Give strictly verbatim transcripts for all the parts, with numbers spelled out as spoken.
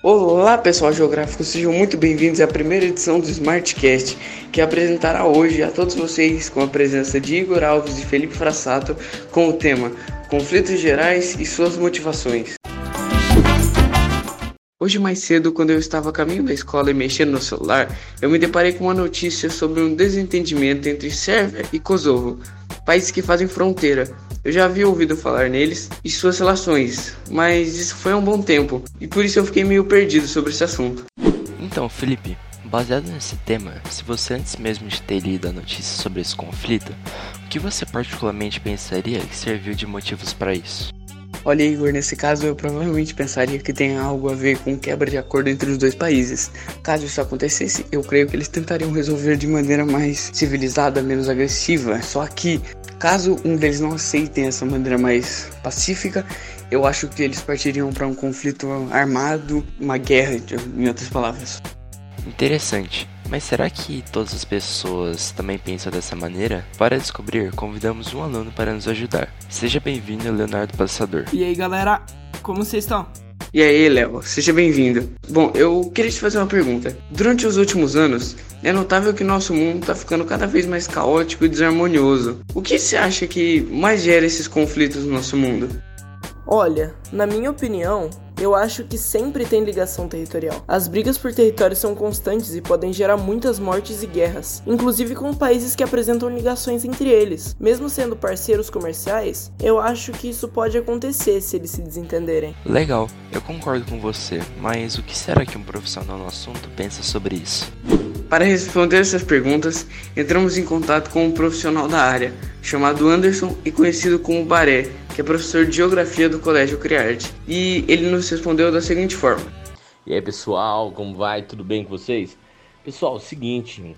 Olá pessoal geográficos, sejam muito bem-vindos à primeira edição do SmartCast, que apresentará hoje a todos vocês com a presença de Igor Alves e Felipe Frassato com o tema Conflitos Gerais e suas motivações. Hoje mais cedo, quando eu estava a caminho da escola e mexendo no celular, eu me deparei com uma notícia sobre um desentendimento entre Sérvia e Kosovo, países que fazem fronteira. Eu já havia ouvido falar neles e suas relações, mas isso foi há um bom tempo, e por isso eu fiquei meio perdido sobre esse assunto. Então, Felipe, baseado nesse tema, se você antes mesmo de ter lido a notícia sobre esse conflito, o que você particularmente pensaria que serviu de motivos para isso? Olha, Igor, nesse caso eu provavelmente pensaria que tem algo a ver com quebra de acordo entre os dois países. Caso isso acontecesse, eu creio que eles tentariam resolver de maneira mais civilizada, menos agressiva. Só que, caso um deles não aceitem essa maneira mais pacífica, eu acho que eles partiriam para um conflito armado, uma guerra, em outras palavras. Interessante, mas será que todas as pessoas também pensam dessa maneira? Para descobrir, convidamos um aluno para nos ajudar. Seja bem-vindo, Leonardo Passador. E aí, galera, como vocês estão? E aí, Léo, seja bem-vindo. Bom, eu queria te fazer uma pergunta. Durante os últimos anos, é notável que nosso mundo está ficando cada vez mais caótico e desarmonioso. O que você acha que mais gera esses conflitos no nosso mundo? Olha, na minha opinião, eu acho que sempre tem ligação territorial. As brigas por território são constantes e podem gerar muitas mortes e guerras, inclusive com países que apresentam ligações entre eles. Mesmo sendo parceiros comerciais, eu acho que isso pode acontecer se eles se desentenderem. Legal, eu concordo com você, mas o que será que um profissional no assunto pensa sobre isso? Para responder essas perguntas, entramos em contato com um profissional da área, chamado Anderson e conhecido como Baré, que é professor de Geografia do Colégio Criarte, e ele nos respondeu da seguinte forma. E aí pessoal, como vai? Tudo bem com vocês? Pessoal, é o seguinte,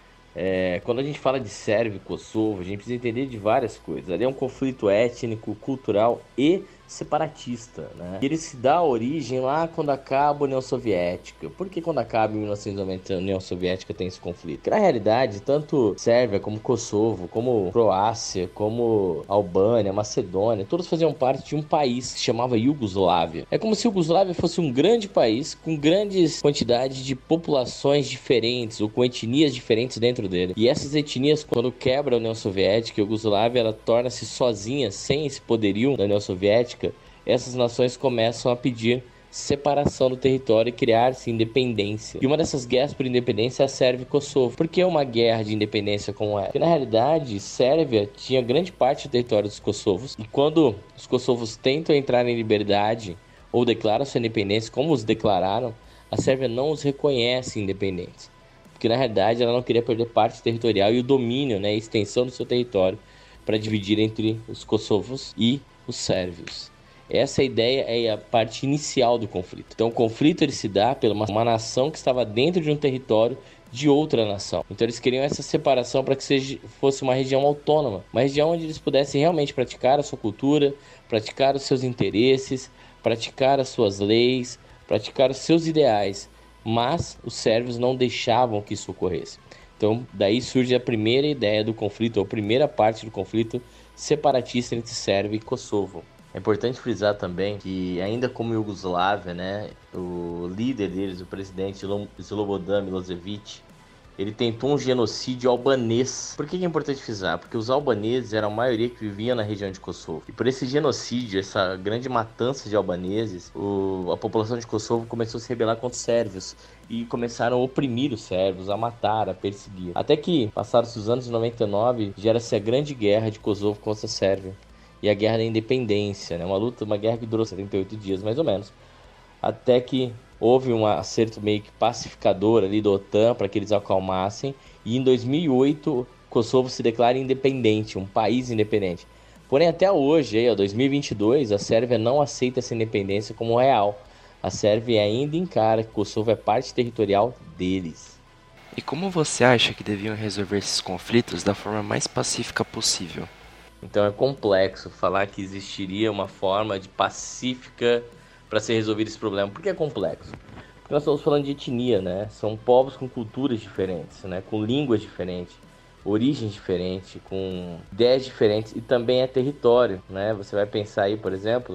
é, quando a gente fala de Sérvia e Kosovo, a gente precisa entender de várias coisas. Ali é um conflito étnico, cultural e separatista, né? Ele se dá origem lá quando acaba a União Soviética. Por que quando acaba em mil novecentos e noventa a União Soviética tem esse conflito? Porque na realidade, tanto Sérvia como Kosovo, como Croácia, como Albânia, Macedônia, todos faziam parte de um país que se chamava Iugoslávia. É como se a Iugoslávia fosse um grande país com grandes quantidades de populações diferentes ou com etnias diferentes dentro dele. E essas etnias, quando quebra a União Soviética, a Iugoslávia ela torna-se sozinha, sem esse poderio da União Soviética. Essas nações começam a pedir separação do território e criar-se independência. E uma dessas guerras por independência é a Sérvia e Kosovo. Por que uma guerra de independência como essa? Porque na realidade, Sérvia tinha grande parte do território dos kosovos. E quando os kosovos tentam entrar em liberdade ou declaram sua independência, como os declararam, a Sérvia não os reconhece independentes. Porque na realidade ela não queria perder parte territorial e o domínio, né, a extensão do seu território para dividir entre os kosovos e os sérvios. Essa ideia é a parte inicial do conflito. Então o conflito ele se dá pela uma, uma nação que estava dentro de um território de outra nação. Então eles queriam essa separação para que seja, fosse uma região autônoma, uma região onde eles pudessem realmente praticar a sua cultura, praticar os seus interesses, praticar as suas leis, praticar os seus ideais. Mas os sérvios não deixavam que isso ocorresse. Então daí surge a primeira ideia do conflito, ou a primeira parte do conflito separatista entre Sérvia e Kosovo. É importante frisar também que, ainda como Iugoslávia, né, o líder deles, o presidente Slobodan Milošević, ele tentou um genocídio albanês. Por que é importante frisar? Porque os albaneses eram a maioria que vivia na região de Kosovo. E por esse genocídio, essa grande matança de albaneses, o, a população de Kosovo começou a se rebelar contra os sérvios. E começaram a oprimir os sérvios, a matar, a perseguir. Até que, passados os anos noventa e nove, gera-se a grande guerra de Kosovo contra a Sérvia. E a guerra da independência, né? Uma luta, uma guerra que durou setenta e oito dias, mais ou menos. Até que houve um acerto meio que pacificador ali da OTAN para que eles acalmassem. E em dois mil e oito, Kosovo se declara independente, um país independente. Porém, até hoje, aí, ó, dois mil e vinte e dois, a Sérvia não aceita essa independência como real. A Sérvia ainda encara que Kosovo é parte territorial deles. E como você acha que deviam resolver esses conflitos da forma mais pacífica possível? Então é complexo falar que existiria uma forma de pacífica para ser resolvido esse problema. Por que é complexo? Porque nós estamos falando de etnia, né? São povos com culturas diferentes, né? Com línguas diferentes, origens diferentes, com ideias diferentes e também é território, né? Você vai pensar aí, por exemplo,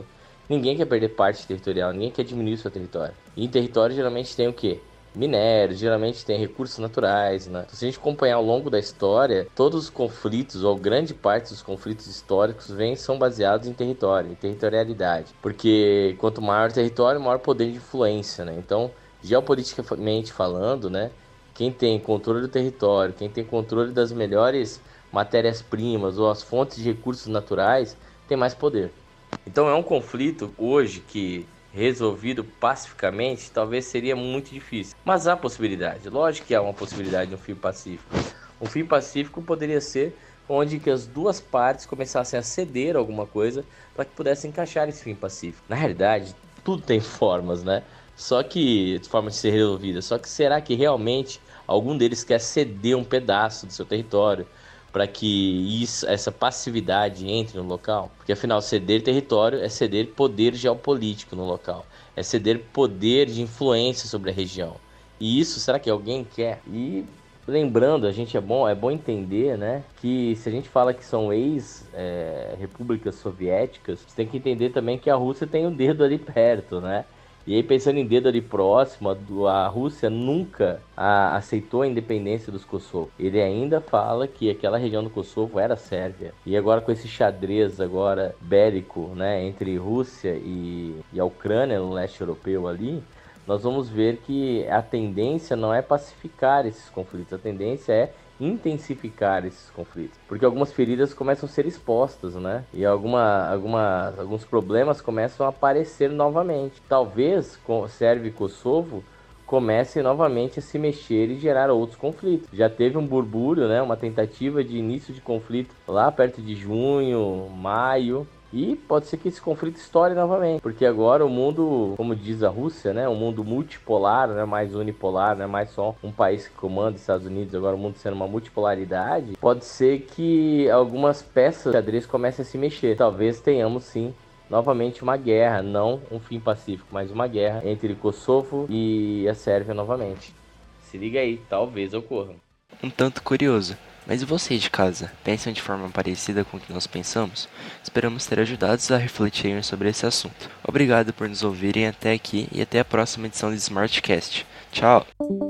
Ninguém quer perder parte territorial, ninguém quer diminuir seu território. E em território geralmente tem o quê? Minérios, geralmente tem recursos naturais, né? Então, se a gente acompanhar ao longo da história, todos os conflitos, ou grande parte dos conflitos históricos, vêm, são baseados em território, em territorialidade. Porque quanto maior o território, maior poder de influência, né? Então, geopoliticamente falando, né? Quem tem controle do território, quem tem controle das melhores matérias-primas ou as fontes de recursos naturais, tem mais poder. Então é um conflito hoje que, resolvido pacificamente, talvez seria muito difícil. Mas há possibilidade. Lógico que há uma possibilidade de um fim pacífico. Um fim pacífico poderia ser onde que as duas partes começassem a ceder alguma coisa para que pudessem encaixar esse fim pacífico. Na realidade, tudo tem formas, né? Só que, formas de ser resolvidas. Só que será que realmente algum deles quer ceder um pedaço do seu território para que isso, essa passividade entre no local? Porque afinal, ceder território é ceder poder geopolítico no local, é ceder poder de influência sobre a região. E isso, será que alguém quer? E lembrando, a gente é bom, é bom entender, né, que se a gente fala que são ex-repúblicas é, soviéticas, você tem que entender também que a Rússia tem um dedo ali perto, né? E aí, pensando em dedo ali próximo, a Rússia nunca a, aceitou a independência dos Kosovo. Ele ainda fala que aquela região do Kosovo era Sérvia. E agora, com esse xadrez agora bélico, né, entre Rússia e, e a Ucrânia, no leste europeu ali, nós vamos ver que a tendência não é pacificar esses conflitos, a tendência é intensificar esses conflitos, porque algumas feridas começam a ser expostas, né? E alguma, alguma, alguns problemas começam a aparecer novamente. Talvez Sérvia e Kosovo comecem novamente a se mexer e gerar outros conflitos. Já teve um burbúrio, né? Uma tentativa de início de conflito lá perto de junho, maio. E pode ser que esse conflito estoure novamente, porque agora o mundo, como diz a Rússia, né, um mundo multipolar, não é mais unipolar, não é mais só um país que comanda os Estados Unidos, agora o mundo sendo uma multipolaridade, pode ser que algumas peças de xadrez comecem a se mexer. Talvez tenhamos sim novamente uma guerra, não um fim pacífico, mas uma guerra entre Kosovo e a Sérvia novamente. Se liga aí, talvez ocorra. Um tanto curioso. Mas e vocês de casa? Pensam de forma parecida com o que nós pensamos? Esperamos ter ajudado a refletir sobre esse assunto. Obrigado por nos ouvirem até aqui e até a próxima edição do Smartcast. Tchau!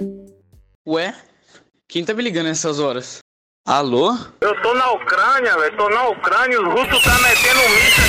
Ué? Quem tá me ligando nessas horas? Alô? Eu tô na Ucrânia, velho. Tô na Ucrânia e os russos tá metendo míssil